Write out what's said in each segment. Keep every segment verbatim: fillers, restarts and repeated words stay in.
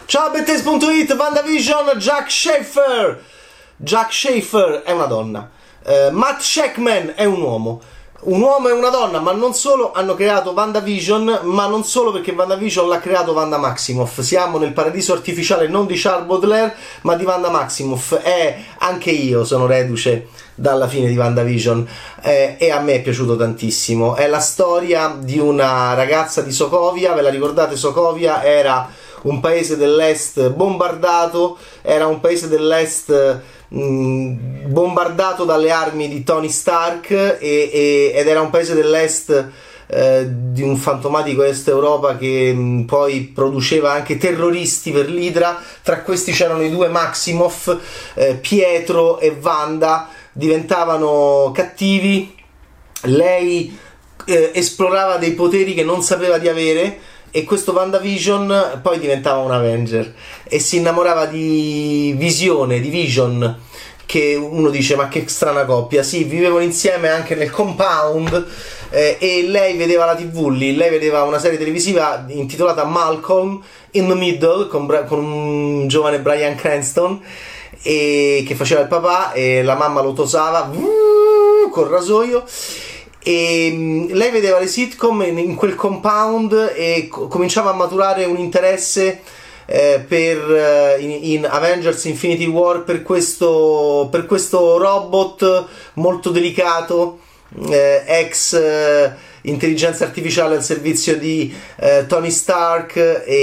Ciao Bettes punto it, WandaVision, Jack Schaefer. Jack Schaefer è una donna. Uh, Matt Shakman è un uomo. Un uomo e una donna, ma non solo, hanno creato WandaVision, ma non solo, perché WandaVision l'ha creato Wanda Maximoff. Siamo nel paradiso artificiale non di Charles Baudelaire, ma di Wanda Maximoff. E anche io sono reduce dalla fine di WandaVision, eh, e a me è piaciuto tantissimo. È la storia di una ragazza di Sokovia. Ve la ricordate? Sokovia era un paese dell'est bombardato, era un paese dell'est mh, bombardato dalle armi di Tony Stark, e, e, ed era un paese dell'est eh, di un fantomatico est Europa che mh, poi produceva anche terroristi per l'Hydra. Tra questi c'erano i due Maximoff, eh, Pietro e Wanda. Diventavano cattivi. Lei eh, esplorava dei poteri che non sapeva di avere, e questo WandaVision poi diventava un Avenger e si innamorava di Visione, di Vision, che uno dice ma che strana coppia. Sì, vivevano insieme anche nel compound, eh, e lei vedeva la tivù lì, lei vedeva una serie televisiva intitolata Malcolm in the Middle con, con un giovane Bryan Cranston, e che faceva il papà, e la mamma lo tosava uh, col rasoio. E lei vedeva le sitcom in, in quel compound e co- cominciava a maturare un interesse eh, per uh, in, in Avengers Infinity War per questo, per questo robot molto delicato, eh, ex eh, intelligenza artificiale al servizio di eh, Tony Stark,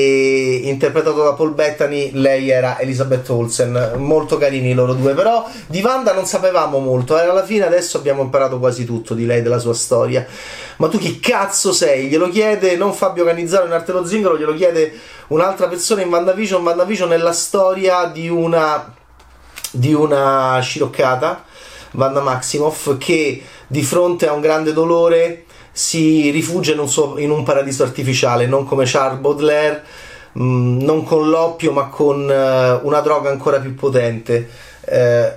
e interpretato da Paul Bettany. Lei era Elizabeth Olsen. Molto carini loro due, però di Wanda non sapevamo molto, e alla fine adesso abbiamo imparato quasi tutto di lei, della sua storia. Ma tu chi cazzo sei? Glielo chiede non Fabio Canizzaro in Arte lo Zingaro, glielo chiede un'altra persona in WandaVision. WandaVision è la storia di una di una sciroccata, Wanda Maximoff, che di fronte a un grande dolore si rifugia in un, suo, in un paradiso artificiale, non come Charles Baudelaire, mh, non con l'oppio, ma con uh, una droga ancora più potente. Uh,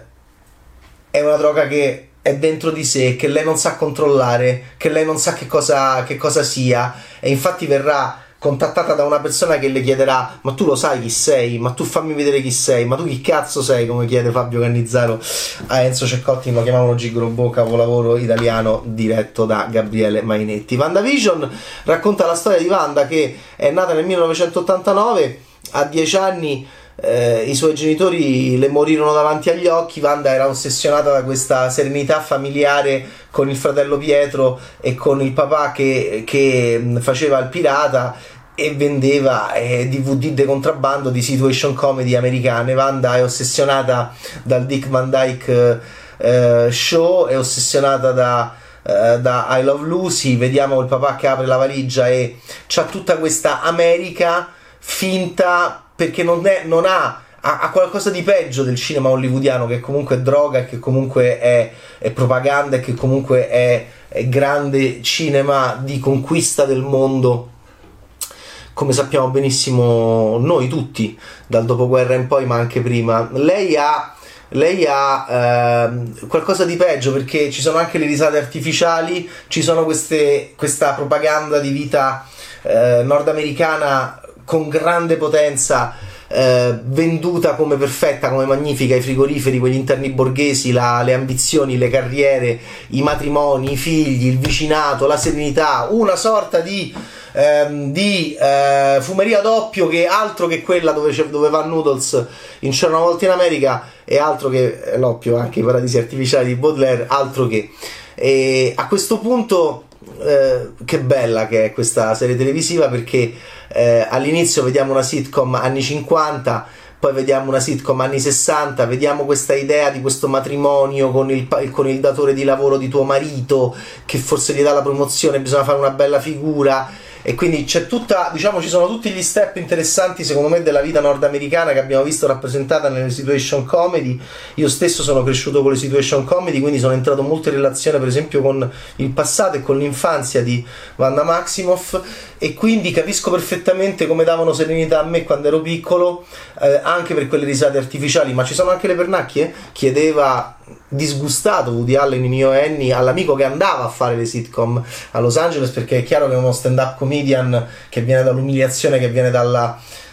è una droga che è dentro di sé, che lei non sa controllare, che lei non sa che cosa, che cosa sia, e infatti verrà contattata da una persona che le chiederà ma tu lo sai chi sei? Ma tu fammi vedere chi sei? Ma tu chi cazzo sei? Come chiede Fabio Cannizzaro a Enzo Ceccotti, lo chiamavano Gigrobo, capolavoro italiano diretto da Gabriele Mainetti. WandaVision racconta la storia di Wanda, che è nata nel millenovecentottantanove. A dieci anni eh, i suoi genitori le morirono davanti agli occhi. Wanda era ossessionata da questa serenità familiare con il fratello Pietro e con il papà che, che faceva il pirata e vendeva eh, D V D de contrabbando di situation comedy americane. Wanda è ossessionata dal Dick Van Dyke eh, Show, è ossessionata da, eh, da I Love Lucy. Vediamo il papà che apre la valigia e c'ha tutta questa America finta, perché non, è, non ha ha qualcosa di peggio del cinema hollywoodiano, che comunque è droga, che comunque è, è propaganda, e che comunque è, è grande cinema di conquista del mondo, come sappiamo benissimo noi tutti dal dopoguerra in poi, ma anche prima. Lei ha lei ha eh, qualcosa di peggio, perché ci sono anche le risate artificiali, ci sono queste, questa propaganda di vita eh, nordamericana con grande potenza, Eh, venduta come perfetta, come magnifica, i frigoriferi, quegli interni borghesi, la, le ambizioni, le carriere, i matrimoni, i figli, il vicinato, la serenità, una sorta di, ehm, di eh, fumeria d'oppio, che altro che quella dove, dove va Noodles in C'era una volta in America, e altro che eh, l'oppio, anche i paradisi artificiali di Baudelaire, altro che. E a questo punto eh, che bella che è questa serie televisiva, perché Eh, all'inizio vediamo una sitcom anni cinquanta, poi vediamo una sitcom anni sessanta, vediamo questa idea di questo matrimonio con il, con il datore di lavoro di tuo marito, che forse gli dà la promozione, bisogna fare una bella figura, e quindi c'è tutta, diciamo, ci sono tutti gli step interessanti secondo me della vita nordamericana che abbiamo visto rappresentata nelle situation comedy. Io stesso sono cresciuto con le situation comedy, quindi sono entrato molto in relazione per esempio con il passato e con l'infanzia di Wanda Maximoff, e quindi capisco perfettamente come davano serenità a me quando ero piccolo, eh, anche per quelle risate artificiali. Ma ci sono anche le pernacchie? Chiedeva disgustato Woody Allen in Io e Annie all'amico che andava a fare le sitcom a Los Angeles, perché è chiaro che è uno stand-up comedian che viene dall'umiliazione, che viene dalla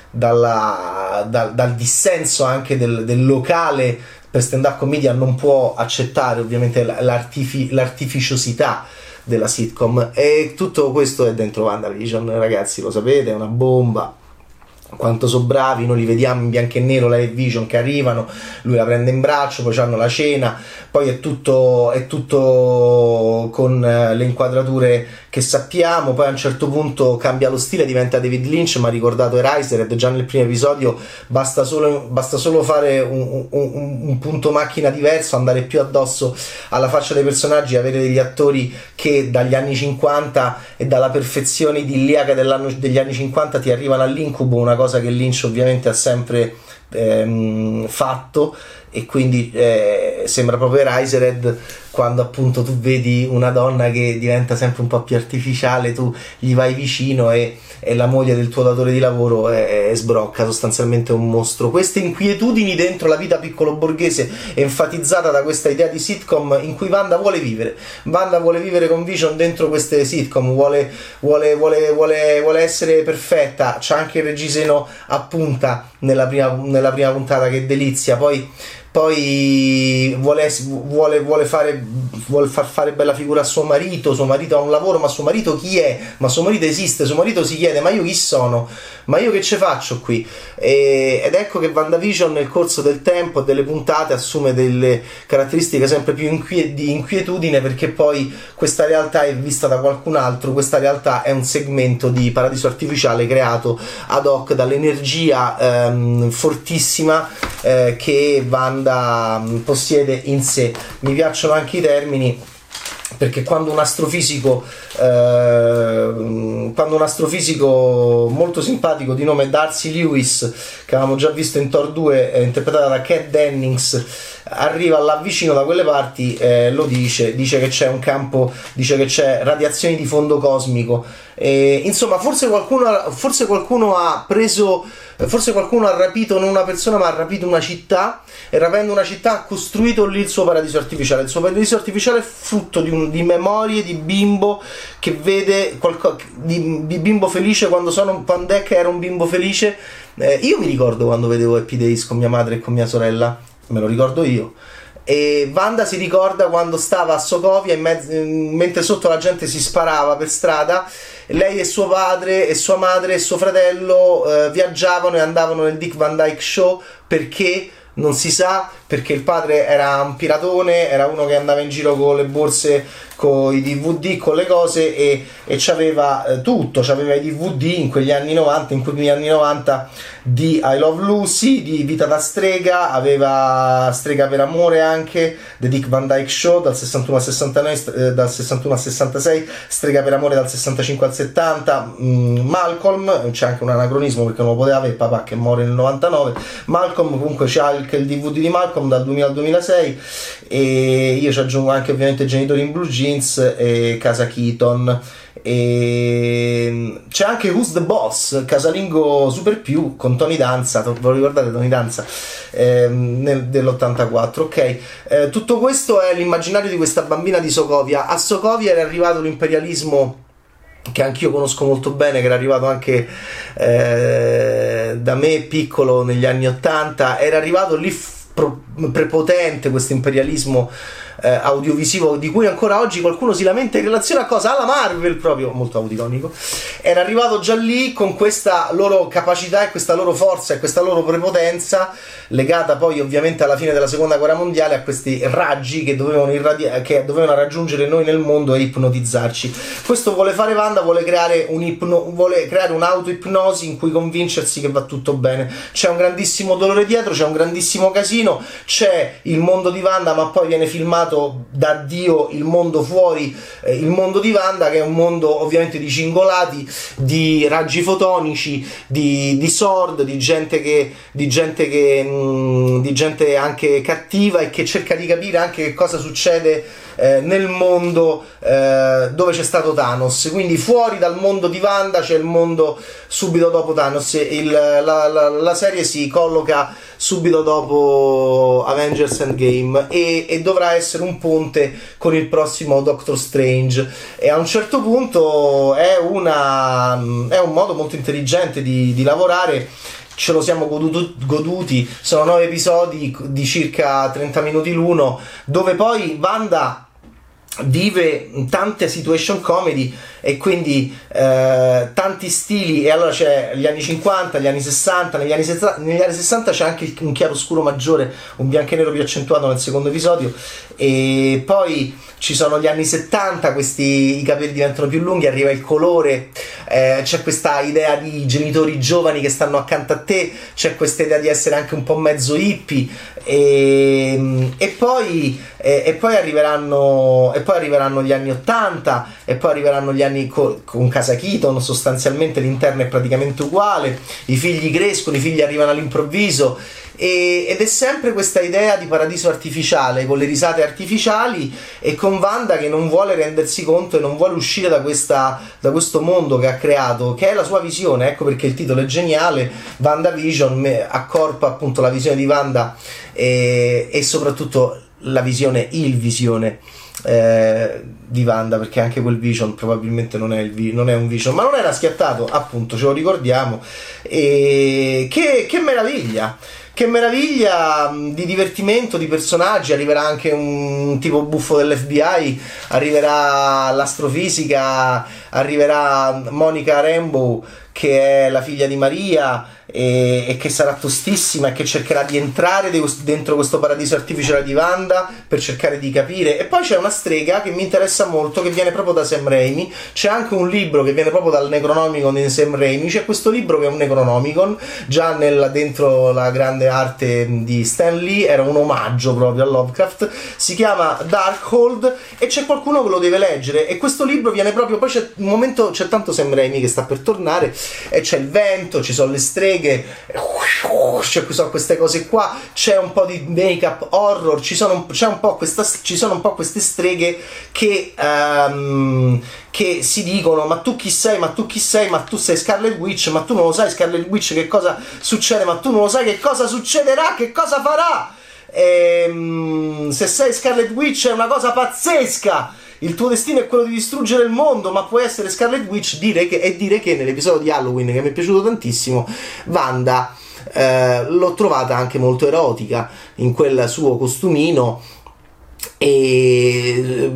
dalla, dal, dal dissenso anche del, del locale per stand-up comedy non può accettare ovviamente l'artifi- l'artificiosità della sitcom, e tutto questo è dentro WandaVision, ragazzi, lo sapete, è una bomba. Quanto sono bravi, noi li vediamo in bianco e nero, la Vision che arrivano, lui la prende in braccio, poi hanno la cena, poi è tutto, è tutto con le inquadrature che sappiamo, poi a un certo punto cambia lo stile, diventa David Lynch, ma ha ricordato Eraserhead già nel primo episodio, basta solo, basta solo fare un, un, un punto macchina diverso, andare più addosso alla faccia dei personaggi, avere degli attori che dagli anni cinquanta e dalla perfezione idilliaca degli anni cinquanta ti arrivano all'incubo, una cosa che Lynch ovviamente ha sempre ehm, fatto, e quindi eh, sembra proprio Eraserhead, quando appunto tu vedi una donna che diventa sempre un po' più artificiale, tu gli vai vicino e, e la moglie del tuo datore di lavoro è, è sbrocca, sostanzialmente un mostro. Queste inquietudini dentro la vita piccolo borghese, enfatizzata da questa idea di sitcom in cui Wanda vuole vivere. Wanda vuole vivere con Vision dentro queste sitcom, vuole, vuole, vuole, vuole, vuole essere perfetta. C'è anche il Reggiseno a punta nella prima, nella prima puntata, che delizia. Poi poi vuole, vuole, vuole, fare, vuole far fare bella figura a suo marito, suo marito ha un lavoro, ma suo marito chi è? Ma suo marito esiste, suo marito si chiede, ma io chi sono? Ma io che ce faccio qui? E, ed ecco che WandaVision nel corso del tempo e delle puntate assume delle caratteristiche sempre più inquie- di inquietudine, perché poi questa realtà è vista da qualcun altro, questa realtà è un segmento di paradiso artificiale creato ad hoc dall'energia ehm, fortissima eh, che Wanda possiede in sé. Mi piacciono anche i termini, perché quando un astrofisico eh, quando un astrofisico molto simpatico di nome Darcy Lewis, che avevamo già visto in Thor due, eh, interpretata da Kat Dennings, arriva là vicino da quelle parti, eh, lo dice, dice che c'è un campo, dice che c'è radiazioni di fondo cosmico, e, insomma forse qualcuno, forse qualcuno ha preso forse qualcuno ha rapito non una persona ma ha rapito una città, e rapendo una città ha costruito lì il suo paradiso artificiale. Il suo paradiso artificiale è frutto di, un, di memorie di bimbo che vede qualcosa di, di bimbo felice quando, sono, quando è che era un bimbo felice. Eh, io mi ricordo quando vedevo Happy Days con mia madre e con mia sorella, me lo ricordo io. E Wanda si ricorda quando stava a Sokovia in mezzo, mentre sotto la gente si sparava per strada, lei e suo padre e sua madre e suo fratello eh, viaggiavano e andavano nel Dick Van Dyke Show, perché non si sa, perché il padre era un piratone, era uno che andava in giro con le borse, con i D V D, con le cose, e, e c'aveva eh, tutto, c'aveva i D V D in quegli anni novanta, in quegli anni novanta di I Love Lucy, di Vita da strega, aveva Strega per amore anche, The Dick Van Dyke Show dal sessantuno al sessantanove, eh, dal sessantuno al sessantasei, Strega per amore dal sessantacinque al settanta, mh, Malcolm, c'è anche un anacronismo perché non lo poteva avere il papà che muore nel novantanove, Malcolm comunque c'è anche il D V D di Malcolm dal duemila al duemilasei, e io ci aggiungo anche ovviamente Genitori in Blue Jeans e Casa Keaton, e c'è anche Who's the Boss, casalingo super più con Tony Danza, ve lo ricordate Tony Danza, ehm, nel, dell'ottantaquattro, ok. Eh, tutto questo è l'immaginario di questa bambina di Sokovia. A Sokovia era arrivato l'imperialismo che anch'io conosco molto bene, che era arrivato anche eh, da me piccolo negli anni ottanta, era arrivato lì f- pro- prepotente questo imperialismo eh, audiovisivo di cui ancora oggi qualcuno si lamenta in relazione a cosa? Alla Marvel, proprio molto audironico. Era arrivato già lì con questa loro capacità e questa loro forza e questa loro prepotenza, legata poi ovviamente alla fine della seconda guerra mondiale a questi raggi che dovevano, irradi- che dovevano raggiungere noi nel mondo e ipnotizzarci. Questo vuole fare Wanda, vuole creare un ipno- vuole creare un'autoipnosi in cui convincersi che va tutto bene. C'è un grandissimo dolore dietro, c'è un grandissimo casino, c'è il mondo di Wanda, ma poi viene filmato da Dio il mondo fuori, eh, il mondo di Wanda, che è un mondo ovviamente di cingolati, di raggi fotonici, di, di sword, di gente che di gente che mh, di gente anche cattiva e che cerca di capire anche che cosa succede eh, nel mondo eh, dove c'è stato Thanos. Quindi fuori dal mondo di Wanda c'è il mondo subito dopo Thanos. Il, la, la, la serie si colloca subito dopo Avengers Endgame e, e dovrà essere un ponte con il prossimo Doctor Strange, e a un certo punto è, una, è un modo molto intelligente di, di lavorare, ce lo siamo goduto, goduti, sono nove episodi di circa trenta minuti l'uno, dove poi Wanda vive tante situation comedy e quindi eh, tanti stili, e allora c'è gli anni cinquanta, gli anni sessanta, negli anni, sessa- negli anni sessanta c'è anche un chiaroscuro maggiore, un bianco e nero più accentuato nel secondo episodio, e poi ci sono gli anni settanta, questi i capelli diventano più lunghi, arriva il colore, eh, c'è questa idea di genitori giovani che stanno accanto a te, c'è questa idea di essere anche un po' mezzo hippie, e, e poi e, e poi arriveranno e poi arriveranno gli anni ottanta, e poi arriveranno gli anni co- con Casa Keaton, sostanzialmente l'interno è praticamente uguale, i figli crescono, i figli arrivano all'improvviso, e, ed è sempre questa idea di paradiso artificiale con le risate artificiali, e con Wanda che non vuole rendersi conto e non vuole uscire da, questa, da questo mondo che ha creato, che è la sua visione. Ecco perché il titolo è geniale, WandaVision accorpa appunto la visione di Wanda, e, e soprattutto la visione, il visione eh, di Wanda, perché anche quel Vision probabilmente non è, il vi- non è un Vision, ma non era schiattato, appunto, ce lo ricordiamo, e che, che meraviglia! Che meraviglia di divertimento, di personaggi. Arriverà anche un tipo buffo dell'F B I, arriverà l'astrofisica, arriverà Monica Rambeau, che è la figlia di Maria, e, e che sarà tostissima e che cercherà di entrare de- dentro questo paradiso artificiale di Wanda per cercare di capire. E poi c'è una strega che mi interessa molto, che viene proprio da Sam Raimi. C'è anche un libro che viene proprio dal Necronomicon di Sam Raimi. C'è questo libro che è un Necronomicon, già nel, dentro la grande arte di Stan Lee, era un omaggio proprio a Lovecraft, si chiama Darkhold, e c'è qualcuno che lo deve leggere, e questo libro viene proprio, poi c'è un momento, c'è tanto Sam Raimi che sta per tornare, e c'è il vento, ci sono le streghe, c'è, ci sono queste cose qua, c'è un po' di make-up horror, ci sono, c'è un po' questa, ci sono un po' queste streghe che um, che si dicono: ma tu chi sei, ma tu chi sei, ma tu sei Scarlet Witch, ma tu non lo sai Scarlet Witch che cosa succede, ma tu non lo sai che cosa succederà, che cosa farà, ehm, se sei Scarlet Witch è una cosa pazzesca, il tuo destino è quello di distruggere il mondo, ma puoi essere Scarlet Witch. Dire che, e dire che nell'episodio di Halloween, che mi è piaciuto tantissimo, Wanda eh, l'ho trovata anche molto erotica in quel suo costumino, e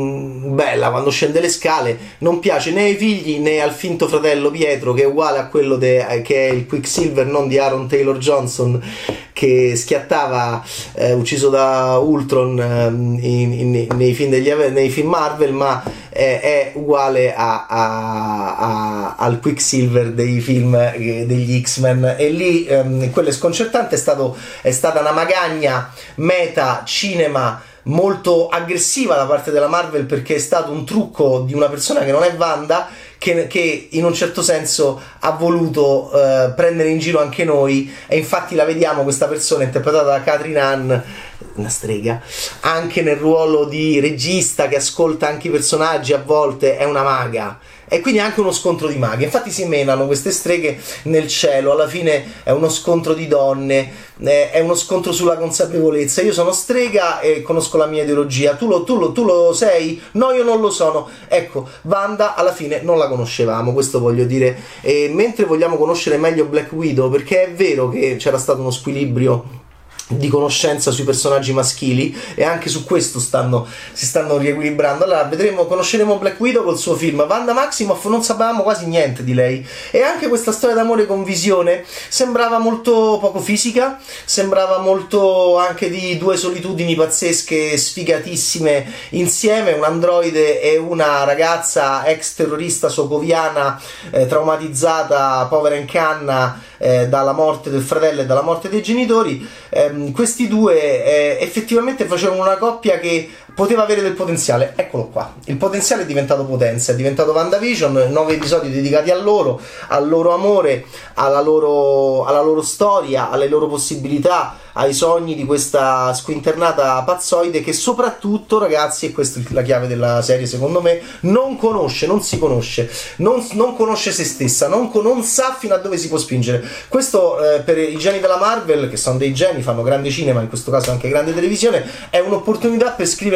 bella quando scende le scale. Non piace né ai figli né al finto fratello Pietro, che è uguale a quello de, che è il Quicksilver, non di Aaron Taylor Johnson, che schiattava, eh, ucciso da Ultron eh, in, in, nei, film degli, nei film Marvel, ma è, è uguale a, a, a, al Quicksilver dei film eh, degli X-Men, e lì ehm, quello è sconcertante. È, stato, è stata una magagna meta cinema molto aggressiva da parte della Marvel, perché è stato un trucco di una persona che non è Wanda, che, che in un certo senso ha voluto eh, prendere in giro anche noi, e infatti la vediamo questa persona interpretata da Catherine Hahn, una strega, anche nel ruolo di regista che ascolta anche i personaggi, a volte è una maga, e quindi è anche uno scontro di maghe. Infatti si menano queste streghe nel cielo, alla fine è uno scontro di donne, è uno scontro sulla consapevolezza. Io sono strega e conosco la mia ideologia, tu lo, tu lo, tu lo sei? No, io non lo sono. Ecco, Wanda alla fine non la conoscevamo, questo voglio dire, e mentre vogliamo conoscere meglio Black Widow, perché è vero che c'era stato uno squilibrio di conoscenza sui personaggi maschili, e anche su questo stanno, si stanno riequilibrando. Allora vedremo, conosceremo Black Widow col suo film. Wanda Maximoff non sapevamo quasi niente di lei, e anche questa storia d'amore con Visione sembrava molto poco fisica, sembrava molto anche di due solitudini pazzesche, sfigatissime insieme, un androide e una ragazza ex terrorista socoviana, eh, traumatizzata, povera in canna eh, dalla morte del fratello e dalla morte dei genitori. eh, Questi due eh, effettivamente facevano una coppia che poteva avere del potenziale. Eccolo qua, il potenziale è diventato potenza, è diventato WandaVision, nove episodi dedicati a loro, al loro amore, alla loro, alla loro storia, alle loro possibilità, ai sogni di questa squinternata pazzoide che soprattutto, ragazzi, e questa è la chiave della serie secondo me, non conosce, non si conosce, non, non conosce se stessa, non, non sa fino a dove si può spingere. Questo eh, per i geni della Marvel, che sono dei geni, fanno grande cinema, in questo caso anche grande televisione, è un'opportunità per scrivere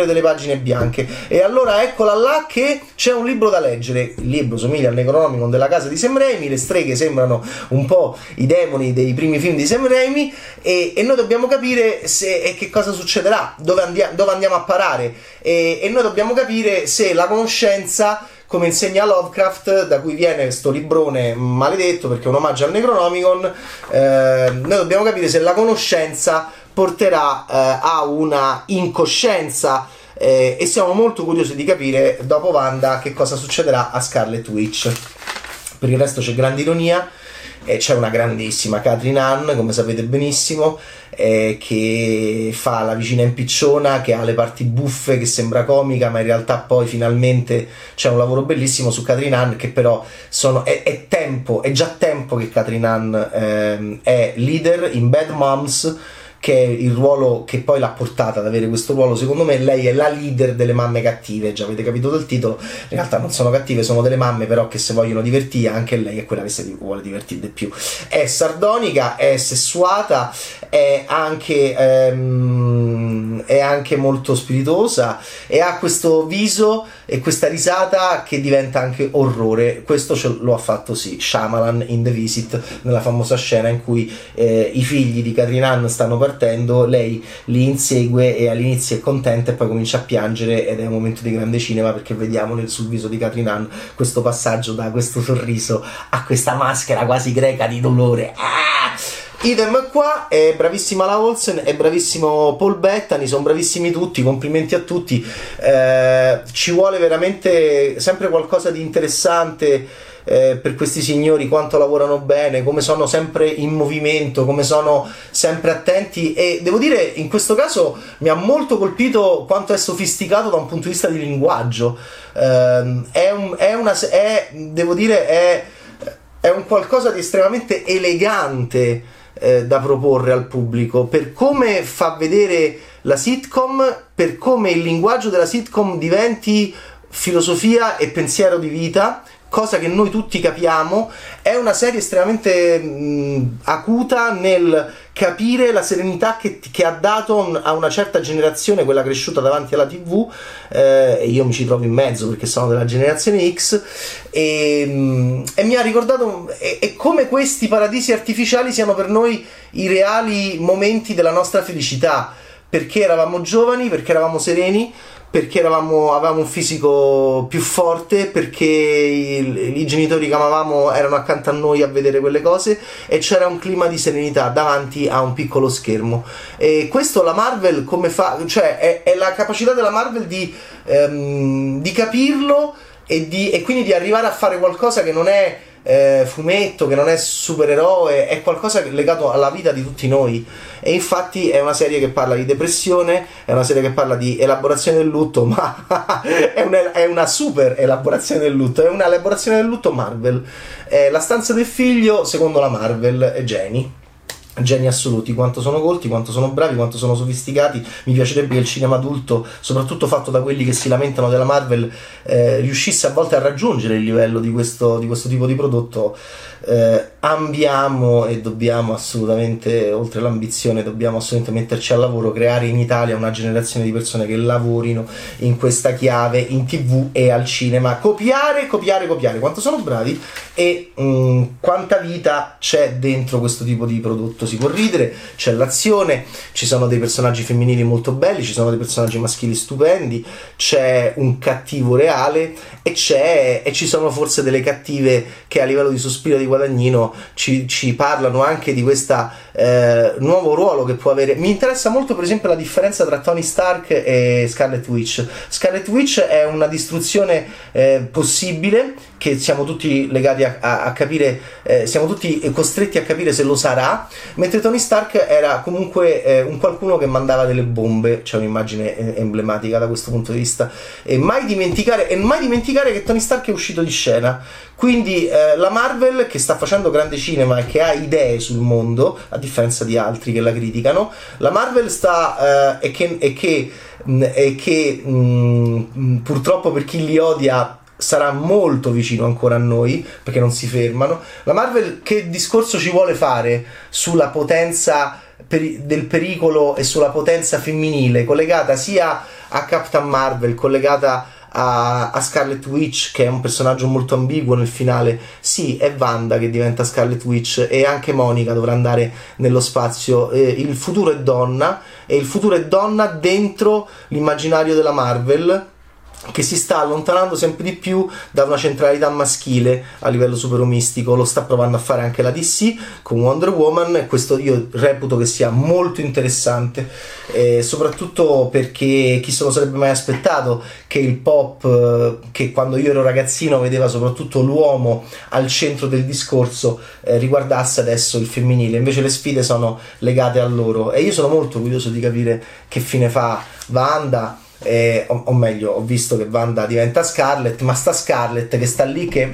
delle pagine bianche. E allora eccola là che c'è un libro da leggere. Il libro somiglia al Necronomicon della casa di Sam Raimi, le streghe sembrano un po' i demoni dei primi film di Sam Raimi, e, e noi dobbiamo capire se e che cosa succederà, dove, andia, dove andiamo a parare, e, e noi dobbiamo capire se la conoscenza, come insegna Lovecraft, da cui viene questo librone maledetto perché è un omaggio al Necronomicon, eh, noi dobbiamo capire se la conoscenza porterà eh, a una incoscienza, eh, e siamo molto curiosi di capire dopo Wanda che cosa succederà a Scarlet Witch. Per il resto c'è grande ironia, e c'è una grandissima Catherine Hahn, come sapete benissimo, eh, che fa la vicina impicciona, che ha le parti buffe, che sembra comica, ma in realtà poi finalmente c'è un lavoro bellissimo su Catherine Hahn, che però sono, è, è tempo, è già tempo che Catherine Hahn ehm, è leader in Bad Moms, che è il ruolo che poi l'ha portata ad avere questo ruolo. Secondo me lei è la leader delle mamme cattive, già avete capito dal titolo, in realtà non sono cattive, sono delle mamme però che se vogliono divertire, anche lei è quella che si vuole divertire di più. È sardonica, è sessuata, è anche, ehm, è anche molto spiritosa, e ha questo viso e questa risata che diventa anche orrore. Questo ce lo ha fatto sì Shyamalan in The Visit, nella famosa scena in cui eh, i figli di Catherine Hahn stanno partendo, lei li insegue e all'inizio è contenta e poi comincia a piangere, ed è un momento di grande cinema perché vediamo nel, sul viso di Catherine Hahn questo passaggio da questo sorriso a questa maschera quasi greca di dolore. Ah! Idem qua, è bravissima la Olsen, è bravissimo Paul Bettany, sono bravissimi tutti, complimenti a tutti. Eh, ci vuole veramente sempre qualcosa di interessante eh, per questi signori, quanto lavorano bene, come sono sempre in movimento, come sono sempre attenti, e devo dire in questo caso mi ha molto colpito quanto è sofisticato da un punto di vista di linguaggio. Eh, è, un, è una, è, devo dire, è, è un qualcosa di estremamente elegante Eh, da proporre al pubblico, per come fa vedere la sitcom, per come il linguaggio della sitcom diventi filosofia e pensiero di vita, cosa che noi tutti capiamo. È una serie estremamente mh, acuta nel capire la serenità che, che ha dato a una certa generazione, quella cresciuta davanti alla tivù, eh, e io mi ci trovo in mezzo perché sono della generazione X, e, mh, e mi ha ricordato e, e come questi paradisi artificiali siano per noi i reali momenti della nostra felicità, perché eravamo giovani, perché eravamo sereni, perché eravamo, avevamo un fisico più forte, perché i, i genitori che amavamo erano accanto a noi a vedere quelle cose, e c'era un clima di serenità davanti a un piccolo schermo. E questo la Marvel come fa? Cioè è, è la capacità della Marvel di, ehm, di capirlo e, di, e quindi di arrivare a fare qualcosa che non è eh, fumetto, che non è supereroe, è qualcosa legato alla vita di tutti noi. E infatti è una serie che parla di depressione, è una serie che parla di elaborazione del lutto, ma è, una, è una super elaborazione del lutto, è una elaborazione del lutto Marvel. È La stanza del figlio secondo la Marvel, è geni. Geni assoluti, quanto sono colti, quanto sono bravi, quanto sono sofisticati. Mi piacerebbe che il cinema adulto, soprattutto fatto da quelli che si lamentano della Marvel, eh, riuscisse a volte a raggiungere il livello di questo, di questo tipo di prodotto. Eh, ambiamo e dobbiamo assolutamente, oltre l'ambizione, dobbiamo assolutamente metterci al lavoro, creare in Italia una generazione di persone che lavorino in questa chiave, in tv e al cinema. Copiare, copiare, copiare, quanto sono bravi e mh, quanta vita c'è dentro questo tipo di prodotto. Si può ridere, c'è l'azione, ci sono dei personaggi femminili molto belli, ci sono dei personaggi maschili stupendi, c'è un cattivo reale e c'è e ci sono forse delle cattive che a livello di sospiro di guadagnino ci, ci parlano anche di questo eh, nuovo ruolo che può avere. Mi interessa molto per esempio la differenza tra Tony Stark e Scarlet Witch. Scarlet Witch è una distruzione eh, possibile, che siamo tutti legati a, a, a capire, eh, siamo tutti costretti a capire se lo sarà, mentre Tony Stark era comunque eh, un qualcuno che mandava delle bombe. C'è un'immagine eh, emblematica da questo punto di vista, e mai dimenticare, e mai dimenticare che Tony Stark è uscito di scena. Quindi eh, la Marvel, che sta facendo grande cinema e che ha idee sul mondo, a differenza di altri che la criticano, la Marvel sta eh, e che, e che, mh, e che mh, purtroppo per chi li odia sarà molto vicino ancora a noi, perché non si fermano. La Marvel che discorso ci vuole fare sulla potenza peri- del pericolo e sulla potenza femminile, collegata sia a Captain Marvel, collegata a, a Scarlet Witch, che è un personaggio molto ambiguo nel finale. Sì, è Wanda che diventa Scarlet Witch, e anche Monica dovrà andare nello spazio. Eh, il futuro è donna, e il futuro è donna dentro l'immaginario della Marvel, che si sta allontanando sempre di più da una centralità maschile a livello superomistico. Lo sta provando a fare anche la D C con Wonder Woman, e questo io reputo che sia molto interessante, eh, soprattutto perché chi se lo sarebbe mai aspettato che il pop, eh, che quando io ero ragazzino vedeva soprattutto l'uomo al centro del discorso, eh, riguardasse adesso il femminile. Invece le sfide sono legate a loro, e io sono molto curioso di capire che fine fa Wanda. Eh, o, o meglio, ho visto che Wanda diventa Scarlet, ma sta Scarlet che sta lì che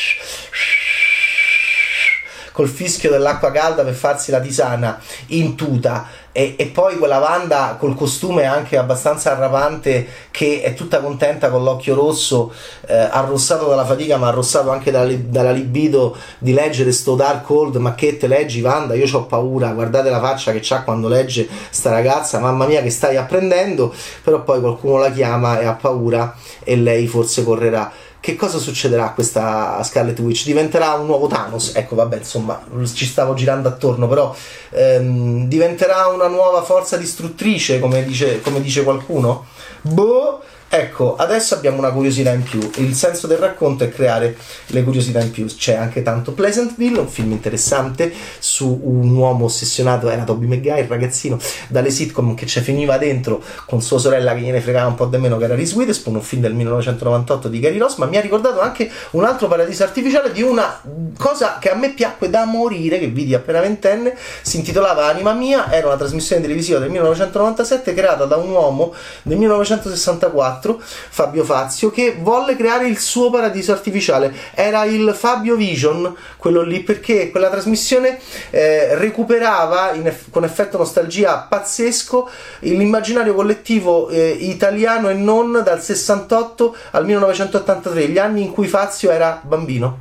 col fischio dell'acqua calda per farsi la tisana in tuta, e, e poi quella Wanda col costume anche abbastanza arrapante, che è tutta contenta con l'occhio rosso, eh, arrossato dalla fatica ma arrossato anche dalla, dalla libido di leggere sto Darkhold. Ma che te leggi, Wanda? Io c'ho paura, guardate la faccia che c'ha quando legge sta ragazza, mamma mia che stai apprendendo. Però poi qualcuno la chiama e ha paura, e lei forse correrà. Che cosa succederà a questa Scarlet Witch? Diventerà un nuovo Thanos? Ecco, vabbè, insomma, ci stavo girando attorno, però ehm, diventerà una nuova forza distruttrice, come dice, come dice qualcuno? Boh! Ecco, adesso abbiamo una curiosità in più. Il senso del racconto è creare le curiosità in più. C'è anche tanto Pleasantville, un film interessante su un uomo ossessionato, era Tobey Maguire, ragazzino, dalle sitcom, che ci finiva dentro con sua sorella che gliene fregava un po' di meno, che era Reese Witherspoon, un film del millenovecentonovantotto di Gary Ross. Ma mi ha ricordato anche un altro paradiso artificiale di una cosa che a me piacque da morire, che vidi appena ventenne. Si intitolava Anima Mia, era una trasmissione televisiva del millenovecentonovantasette creata da un uomo nel millenovecentosessantaquattro, Fabio Fazio, che volle creare il suo paradiso artificiale. Era il Fabio Vision, quello lì, perché quella trasmissione eh, recuperava in eff- con effetto nostalgia pazzesco l'immaginario collettivo eh, italiano e non, dal sessantotto al millenovecentottantatré, gli anni in cui Fazio era bambino.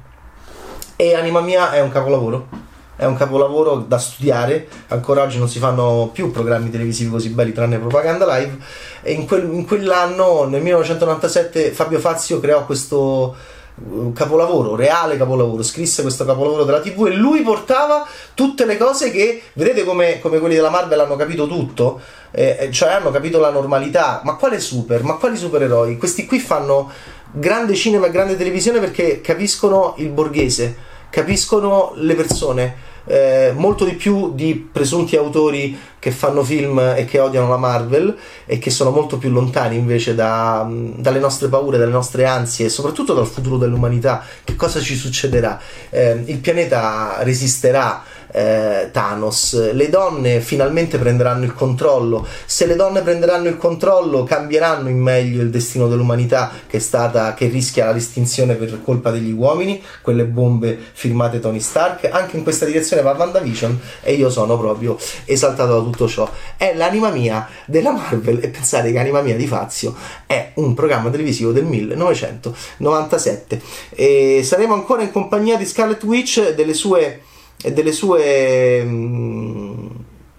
E Anima Mia è un capolavoro. È un capolavoro da studiare. Ancora oggi non si fanno più programmi televisivi così belli, tranne Propaganda Live. E in, quel, in quell'anno, nel millenovecentonovantasette, Fabio Fazio creò questo capolavoro, reale capolavoro, scrisse questo capolavoro della tivù, e lui portava tutte le cose che, vedete come, come quelli della Marvel hanno capito tutto, eh, cioè hanno capito la normalità. Ma quale super? Ma quali supereroi? Questi qui fanno grande cinema e grande televisione perché capiscono il borghese, capiscono le persone, eh, molto di più di presunti autori che fanno film e che odiano la Marvel, e che sono molto più lontani invece da, dalle nostre paure, dalle nostre ansie, e soprattutto dal futuro dell'umanità. Che cosa ci succederà? Eh, il pianeta resisterà? Eh, Thanos? Le donne finalmente prenderanno il controllo? Se le donne prenderanno il controllo, cambieranno in meglio il destino dell'umanità, che è stata, che rischia l'estinzione per colpa degli uomini, quelle bombe firmate Tony Stark. Anche in questa direzione va WandaVision, e io sono proprio esaltato da tutto ciò. È l'Anima Mia della Marvel, e pensate che Anima Mia di Fazio è un programma televisivo del millenovecentonovantasette. E saremo ancora in compagnia di Scarlet Witch e delle sue e delle sue mh,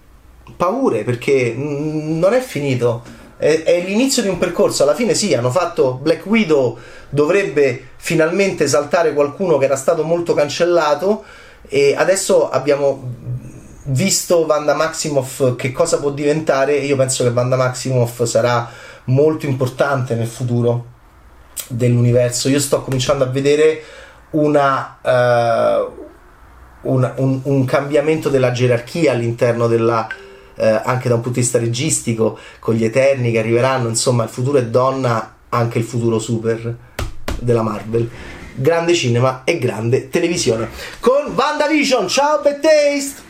paure, perché mh, non è finito, è, è l'inizio di un percorso. Alla fine sì, hanno fatto Black Widow, dovrebbe finalmente esaltare qualcuno che era stato molto cancellato, e adesso abbiamo visto Wanda Maximoff che cosa può diventare, e io penso che Wanda Maximoff sarà molto importante nel futuro dell'universo. Io sto cominciando a vedere una uh, Un, un, un cambiamento della gerarchia all'interno della, eh, anche da un punto di vista registico, con gli Eterni che arriveranno. Insomma, il futuro è donna, anche il futuro super della Marvel. Grande cinema e grande televisione con WandaVision. Ciao, Bad Taste!